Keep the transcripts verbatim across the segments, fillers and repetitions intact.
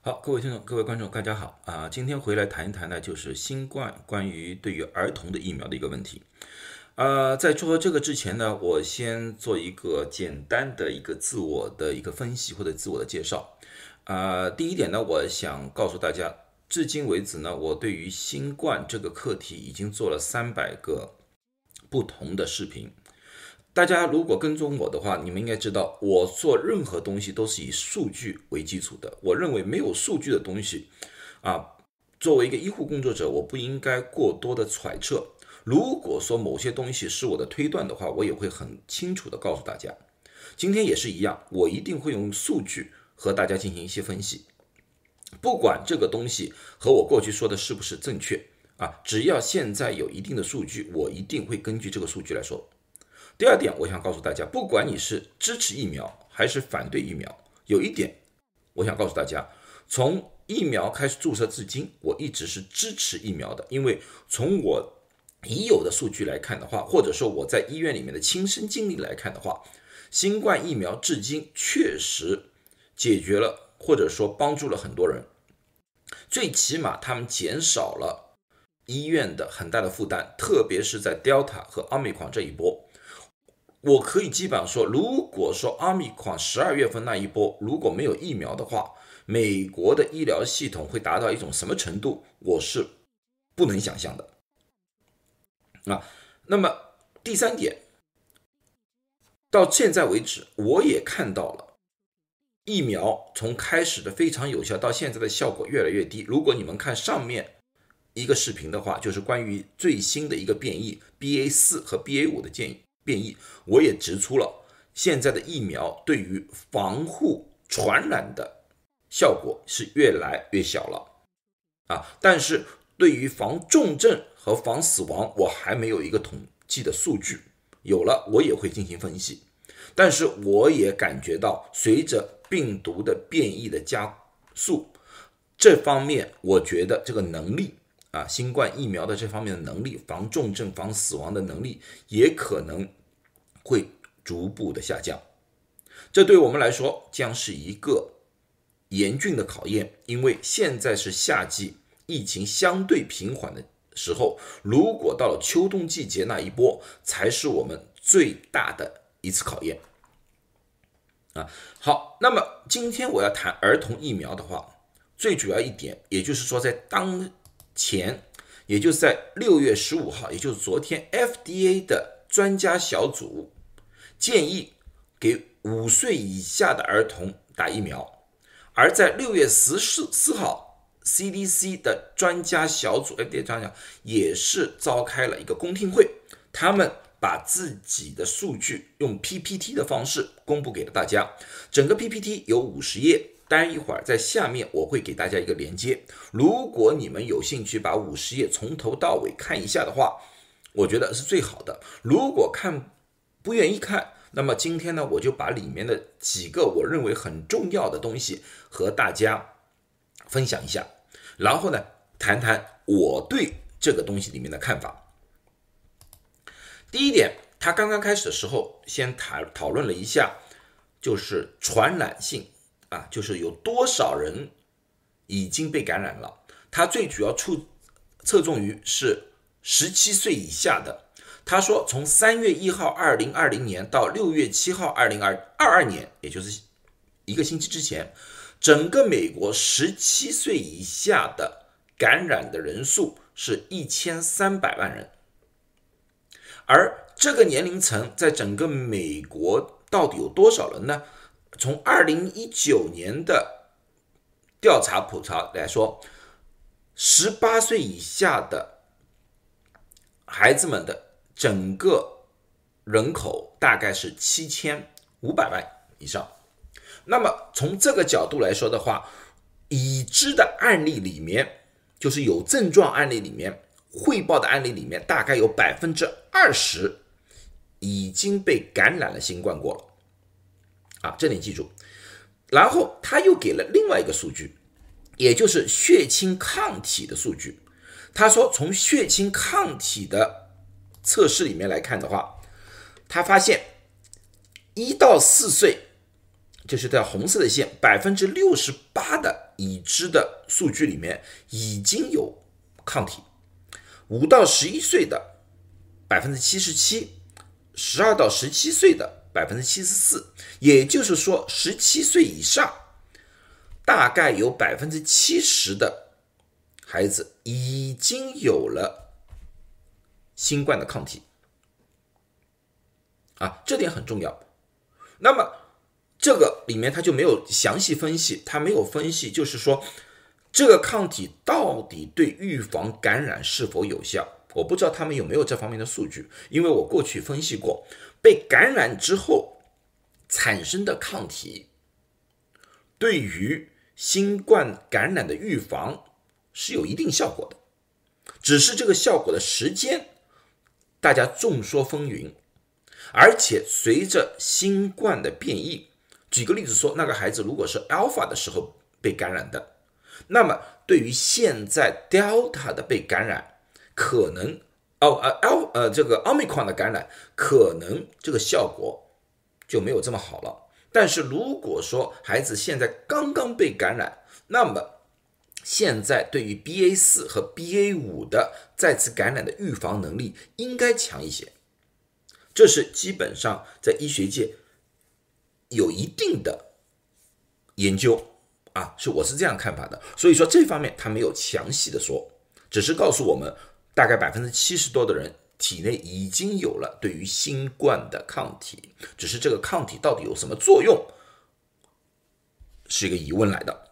好，各位听众、各位观众，大家好啊！今天回来谈一谈呢，就是新冠关于对于儿童的疫苗的一个问题。呃，在做这个之前呢，我先做一个简单的一个自我的一个分析或者自我的介绍。啊、第一点呢，我想告诉大家，至今为止呢，我对于新冠这个课题已经做了三百个不同的视频。大家如果跟踪我的话，你们应该知道，我做任何东西都是以数据为基础的。我认为没有数据的东西，啊，作为一个医护工作者，我不应该过多的揣测。如果说某些东西是我的推断的话，我也会很清楚的告诉大家。今天也是一样，我一定会用数据和大家进行一些分析。不管这个东西和我过去说的是不是正确啊，只要现在有一定的数据，我一定会根据这个数据来说。第二点，我想告诉大家，不管你是支持疫苗还是反对疫苗，有一点我想告诉大家，从疫苗开始注射至今，我一直是支持疫苗的，因为从我已有的数据来看的话，或者说我在医院里面的亲身经历来看的话，新冠疫苗至今确实解决了或者说帮助了很多人，最起码他们减少了医院的很大的负担，特别是在 Delta 和 Omicron 这一波。我可以基本上说，如果说 Omicron 十二月份那一波如果没有疫苗的话，美国的医疗系统会达到一种什么程度，我是不能想象的啊。那么第三点，到现在为止，我也看到了疫苗从开始的非常有效，到现在的效果越来越低。如果你们看上面一个视频的话，就是关于最新的一个变异 B A 四 和 B A 五 的建议。变异，我也指出了现在的疫苗对于防护传染的效果是越来越小了啊，但是对于防重症和防死亡，我还没有一个统计的数据，有了我也会进行分析。但是我也感觉到，随着病毒的变异的加速，这方面我觉得这个能力啊，新冠疫苗的这方面的能力，防重症、防死亡的能力，也可能会逐步的下降。这对我们来说将是一个严峻的考验，因为现在是夏季，疫情相对平缓的时候，如果到了秋冬季节那一波，才是我们最大的一次考验。啊，好，那么今天我要谈儿童疫苗的话，最主要一点，也就是说在当前，也就是在六月十五号，也就是昨天 F D A 的专家小组建议给五岁以下的儿童打疫苗，而在六月十四号 C D C 的专家小组 F D A 专家也是召开了一个公听会，他们把自己的数据用 P P T 的方式公布给了大家，整个 P P T 有五十页，待一会儿在下面我会给大家一个连接，如果你们有兴趣把五十页从头到尾看一下的话，我觉得是最好的。如果看不愿意看，那么今天呢，我就把里面的几个我认为很重要的东西和大家分享一下，然后呢，谈谈我对这个东西里面的看法。第一点，他刚刚开始的时候，先讨论了一下，就是传染性啊，就是有多少人已经被感染了。他最主要处侧重于是十七岁以下的。他说，从三月一号二零二零年到六月七号二零二二年，也就是一个星期之前，整个美国十七岁以下的感染的人数是一千三百万人。而这个年龄层在整个美国到底有多少人呢？从二零一九年的调查普查来说，十八岁以下的孩子们的整个人口大概是七千五百万以上。那么从这个角度来说的话，已知的案例里面，就是有症状案例里面，汇报的案例里面，大概有 百分之二十 已经被感染了新冠过了啊，这点记住。然后他又给了另外一个数据，也就是血清抗体的数据。他说，从血清抗体的测试里面来看的话，他发现一到四岁，就是这条红色的线， 百分之六十八 的已知的数据里面已经有抗体，五到十一岁的 百分之七十七， 十二到十七岁的 百分之七十四， 也就是说十七岁以上大概有 百分之七十 的孩子已经有了新冠的抗体啊，这点很重要。那么这个里面他就没有详细分析，他没有分析就是说这个抗体到底对预防感染是否有效。我不知道他们有没有这方面的数据，因为我过去分析过，被感染之后产生的抗体对于新冠感染的预防是有一定效果的，只是这个效果的时间大家众说纷纭。而且随着新冠的变异，举个例子说，那个孩子如果是 Alpha 的时候被感染的，那么对于现在 Delta 的被感染，可能哦呃呃这个 Omicron 的感染，可能这个效果就没有这么好了。但是如果说孩子现在刚刚被感染，那么现在对于 B A 四 和 B A 五 的再次感染的预防能力应该强一些。这是基本上在医学界有一定的研究啊，是我是这样看法的。所以说这方面他没有详细的说，只是告诉我们大概 百分之七十 多的人体内已经有了对于新冠的抗体，只是这个抗体到底有什么作用是一个疑问来的。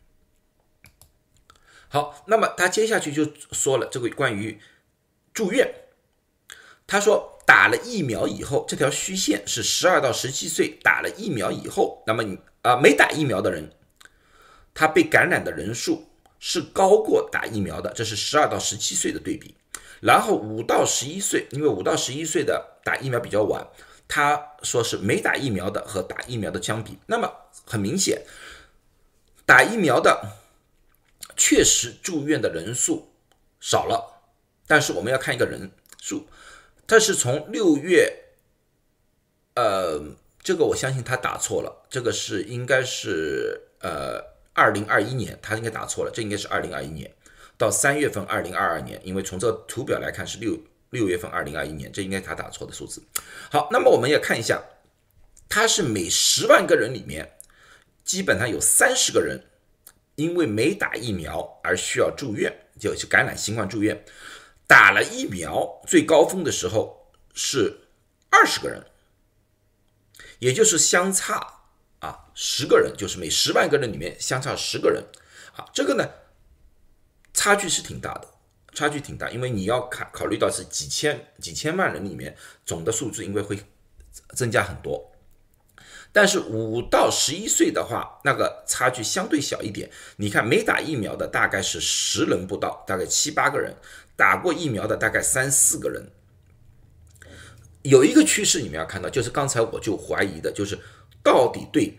好，那么他接下去就说了这个关于住院，他说打了疫苗以后，这条虚线是十二到十七岁打了疫苗以后，那么你啊、呃、没打疫苗的人，他被感染的人数是高过打疫苗的，这是十二到十七岁的对比。然后五到十一岁，因为五到十一岁的打疫苗比较晚，他说是没打疫苗的和打疫苗的相比，那么很明显，打疫苗的确实住院的人数少了，但是我们要看一个人数，它是从六月，呃，这个我相信他打错了，这个是应该是呃二零二一年，他应该打错了，这应该是二零二一年到三月份二零二二年，因为从这个图表来看是六六月份二零二一年，这应该是他打错的数字。好，那么我们也看一下，他是每十万个人里面，基本上有三十个人因为没打疫苗而需要住院，就是感染新冠住院。打了疫苗最高峰的时候是二十个人，也就是相差啊十个人，就是每十万个人里面相差十个人啊，这个呢差距是挺大的，差距挺大，因为你要考考虑到是几千几千万人里面总的数字应该会增加很多。但是五到十一岁的话，那个差距相对小一点。你看没打疫苗的大概是十人不到，大概七八个人，打过疫苗的大概三四个人。有一个趋势你们要看到，就是刚才我就怀疑的，就是到底对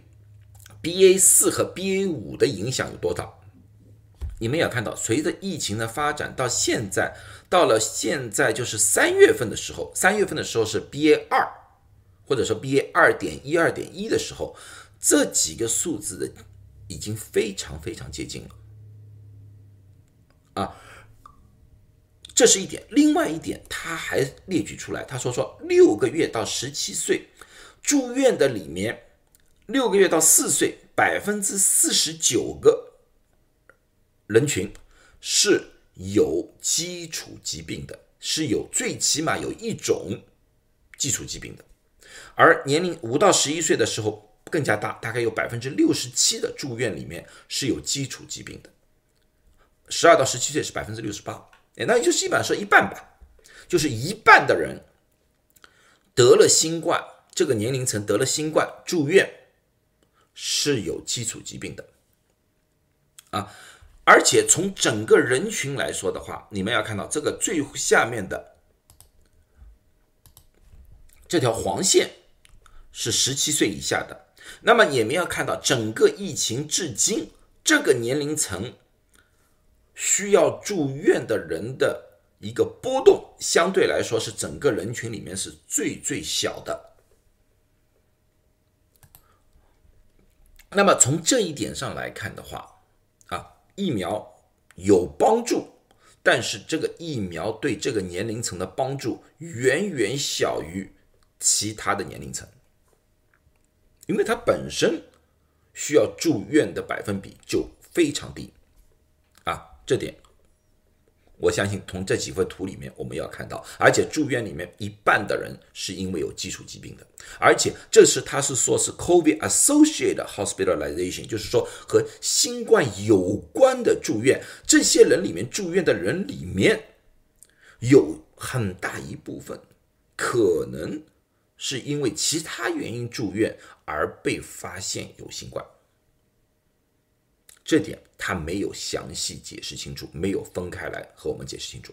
B A 四 和 B A 五 的影响有多大。你们也要看到，随着疫情的发展到现在，到了现在就是三月份的时候，三月份的时候是 B A 二。或者说 B A 二点一、二点一 的时候，这几个数字的已经非常非常接近了啊，这是一点。另外一点，他还列举出来，他说说六个月到十七岁住院的里面，六个月到四岁，百分之四十九个人群是有基础疾病的，是有最起码有一种基础疾病的。而年龄五到十一岁的时候更加大，大概有 百分之六十七 的住院里面是有基础疾病的，十二到十七岁是 百分之六十八， 那也就基本上说一半吧，就是一半的人得了新冠，这个年龄层得了新冠住院是有基础疾病的啊。而且从整个人群来说的话，你们要看到这个最下面的这条黄线是十七岁以下的，那么你们要看到整个疫情至今，这个年龄层需要住院的人的一个波动，相对来说是整个人群里面是最最小的。那么从这一点上来看的话， 疫苗有帮助，但是这个疫苗对这个年龄层的帮助远远小于其他的年龄层，因为它本身需要住院的百分比就非常低啊，这点我相信从这几幅图里面我们要看到，而且住院里面一半的人是因为有基础疾病的，而且这是他是说是 COVID associated hospitalization， 就是说和新冠有关的住院，这些人里面住院的人里面有很大一部分可能是因为其他原因住院而被发现有新冠，这点他没有详细解释清楚，没有分开来和我们解释清楚。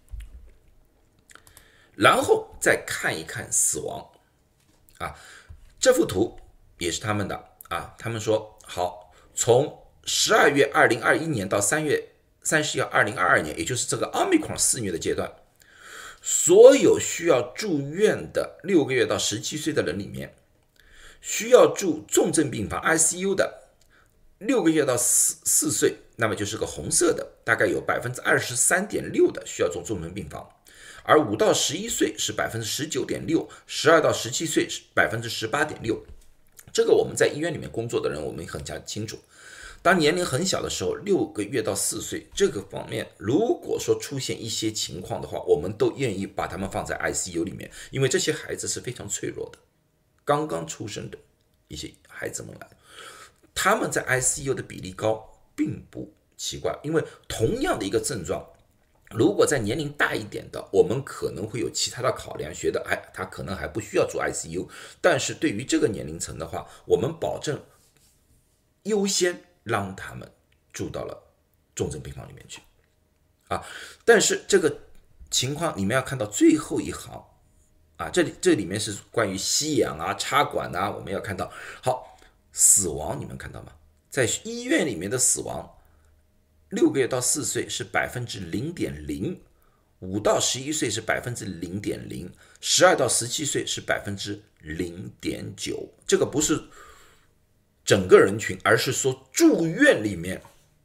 然后再看一看死亡啊，这幅图也是他们的啊，他们说好，从十二月二零二一年到三月三十一号二零二二年，也就是这个 Omicron 肆虐的阶段，所有需要住院的六个月到十七岁的人里面，需要住重症病房 I C U 的六个月到四岁，那么就是个红色的，大概有 百分之二十三点六 的需要住重症病房，而五到十一岁是 百分之十九点六， 十二到十七岁是 百分之十八点六。 这个我们在医院里面工作的人我们很加清楚，当年龄很小的时候，六个月到四岁这个方面，如果说出现一些情况的话，我们都愿意把他们放在 I C U 里面，因为这些孩子是非常脆弱的，刚刚出生的一些孩子们来，他们在 I C U 的比例高并不奇怪，因为同样的一个症状，如果在年龄大一点的，我们可能会有其他的考量，觉得哎，他可能还不需要住 I C U， 但是对于这个年龄层的话，我们保证优先让他们住到了重症病房里面去啊。但是这个情况你们要看到最后一行啊，这里这里面是关于吸氧啊、插管啊，我们要看到好。死亡你们看到吗？在医院里面的死亡，六个月到四岁是 百分之零点零， 五到十一岁是 百分之零点零， 十二到十七岁是 百分之零点九。 这个不是整个人群，而是说住院里面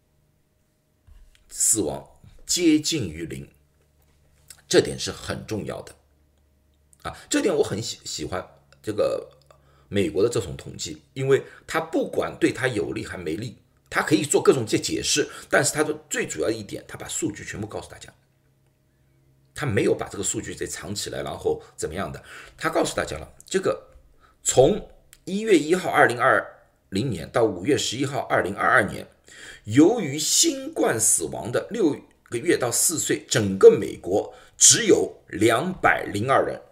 死亡接近于零，这点是很重要的啊，这点我很喜喜欢这个美国的这种统计，因为他不管对他有利还没利，他可以做各种解释，但是他的最主要一点，他把数据全部告诉大家，他没有把这个数据再藏起来，然后怎么样的，他告诉大家了，这个从一月一号二零二零年到五月十一号二零二二年，由于新冠死亡的六个月到四岁，整个美国只有两百零二人。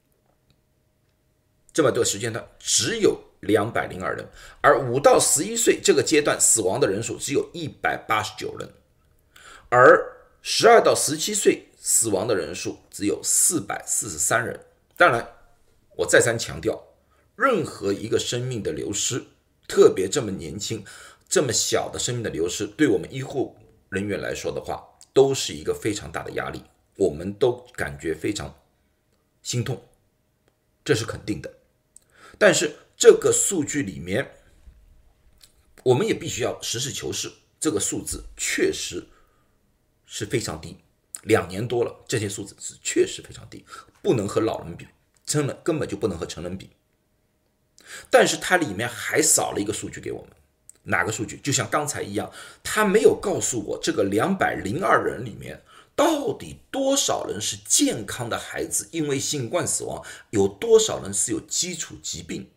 这么多时间段只有两百零二人，而五到十一岁这个阶段死亡的人数只有一百八十九人，而十二到十七岁死亡的人数只有四百四十三人。当然我再三强调，任何一个生命的流失，特别这么年轻这么小的生命的流失，对我们医护人员来说的话，都是一个非常大的压力，我们都感觉非常心痛，这是肯定的。但是这个数据里面，我们也必须要实事求是，这个数字确实是非常低，两年多了，这些数字是确实非常低，不能和老人比，真的根本就不能和成人比。但是它里面还少了一个数据给我们，哪个数据？就像刚才一样，他没有告诉我这个两百零二人里面到底多少人是健康的孩子因为新冠死亡，有多少人是有基础疾病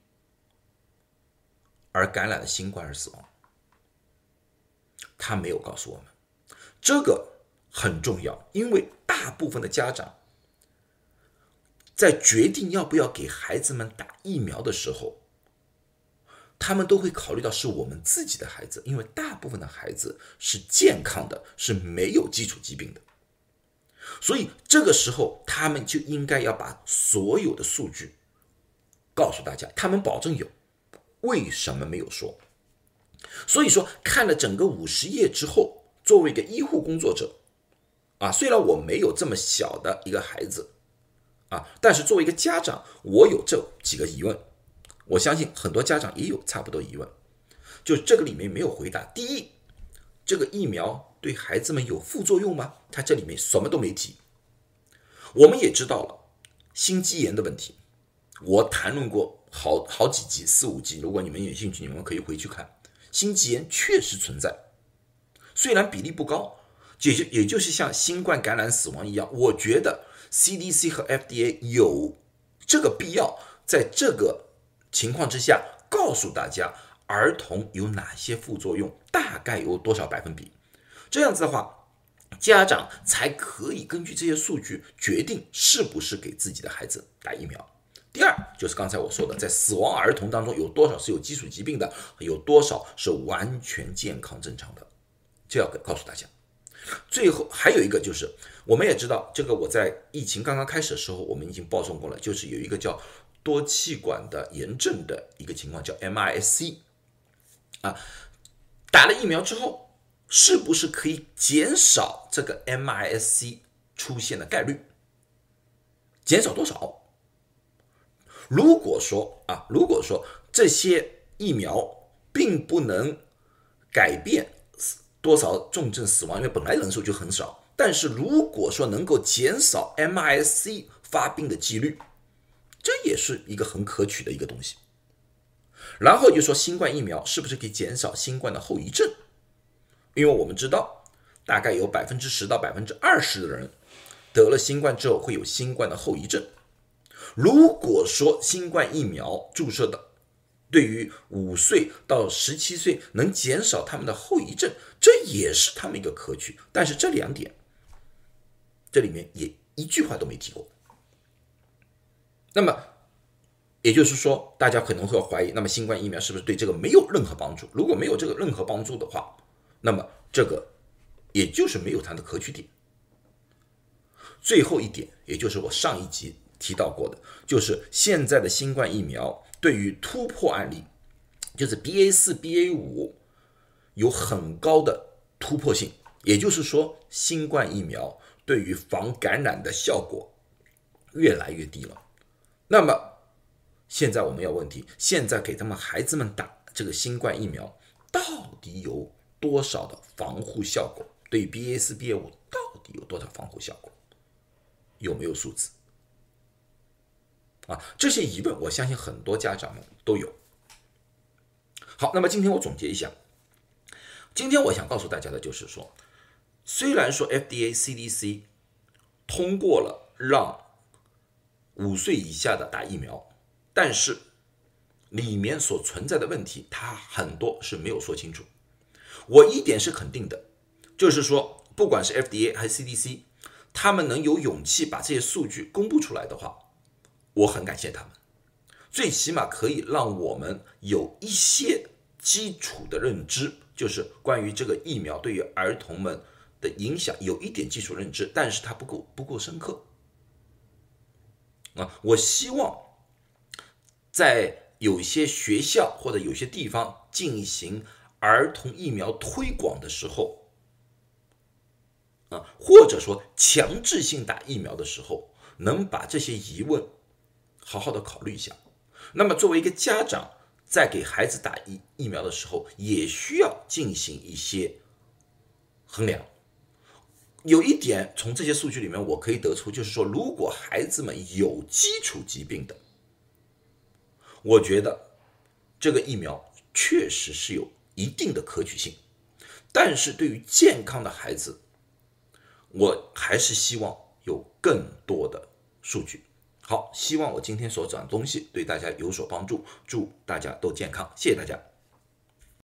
而感染了新冠而死亡，他没有告诉我们，这个很重要，因为大部分的家长在决定要不要给孩子们打疫苗的时候，他们都会考虑到是我们自己的孩子，因为大部分的孩子是健康的，是没有基础疾病的，所以这个时候他们就应该要把所有的数据告诉大家，他们保证有，为什么没有说？所以说看了整个五十页之后，作为一个医护工作者啊，虽然我没有这么小的一个孩子啊，但是作为一个家长，我有这几个疑问，我相信很多家长也有差不多疑问，就这个里面没有回答。第一， 这个疫苗对孩子们有副作用吗？他这里面什么都没提。我们也知道了心肌炎的问题，我谈论过好好几集，四五集，如果你们有兴趣，你们可以回去看。心肌炎确实存在，虽然比例不高，也就也就是像新冠感染死亡一样，我觉得 C D C 和 F D A 有这个必要，在这个情况之下告诉大家儿童有哪些副作用，大概有多少百分比。这样子的话，家长才可以根据这些数据决定是不是给自己的孩子打疫苗。第二，就是刚才我说的，在死亡儿童当中有多少是有基础疾病的，有多少是完全健康正常的，这要告诉大家。最后还有一个就是，我们也知道这个，我在疫情刚刚开始的时候，我们已经报送过了，就是有一个叫多气管的炎症的一个情况，叫 M I S C 啊，打了疫苗之后，是不是可以减少这个 M I S C 出现的概率？减少多少？如果说啊，如果说这些疫苗并不能改变多少重症死亡，因为本来人数就很少，但是如果说能够减少 M I S C 发病的几率，这也是一个很可取的一个东西。然后就说新冠疫苗是不是可以减少新冠的后遗症？因为我们知道大概有 百分之十 到 百分之二十 的人得了新冠之后会有新冠的后遗症。如果说新冠疫苗注射的对于五岁到十七岁能减少他们的后遗症，这也是他们一个可取。但是这两点这里面也一句话都没提过。那么也就是说，大家可能会怀疑，那么新冠疫苗是不是对这个没有任何帮助？如果没有这个任何帮助的话，那么这个也就是没有它的可取点。最后一点，也就是我上一集提到过的，就是现在的新冠疫苗对于突破案例，就是 B A 四、B A 五 有很高的突破性，也就是说新冠疫苗对于防感染的效果越来越低了。那么现在我们要问题，现在给他们孩子们打这个新冠疫苗到底有多少的防护效果？对于 B A 四、B A 五 到底有多少防护效果？有没有数字？啊，这些疑问我相信很多家长们都有。好，那么今天我总结一下，今天我想告诉大家的就是说，虽然说 F D A、C D C 通过了让五岁以下的打疫苗，但是里面所存在的问题，它很多是没有说清楚。我一点是肯定的，就是说，不管是 F D A 还是 C D C， 他们能有勇气把这些数据公布出来的话，我很感谢他们，最起码可以让我们有一些基础的认知，就是关于这个疫苗对于儿童们的影响有一点基础认知，但是它不够不够深刻。啊，我希望在有些学校或者有些地方进行儿童疫苗推广的时候，啊，或者说强制性打疫苗的时候，能把这些疑问好好的考虑一下。那么作为一个家长，在给孩子打疫疫苗的时候，也需要进行一些衡量。有一点从这些数据里面我可以得出，就是说如果孩子们有基础疾病的，我觉得这个疫苗确实是有一定的可取性。但是对于健康的孩子，我还是希望有更多的数据。好，希望我今天所讲的东西对大家有所帮助，祝大家都健康，谢谢大家。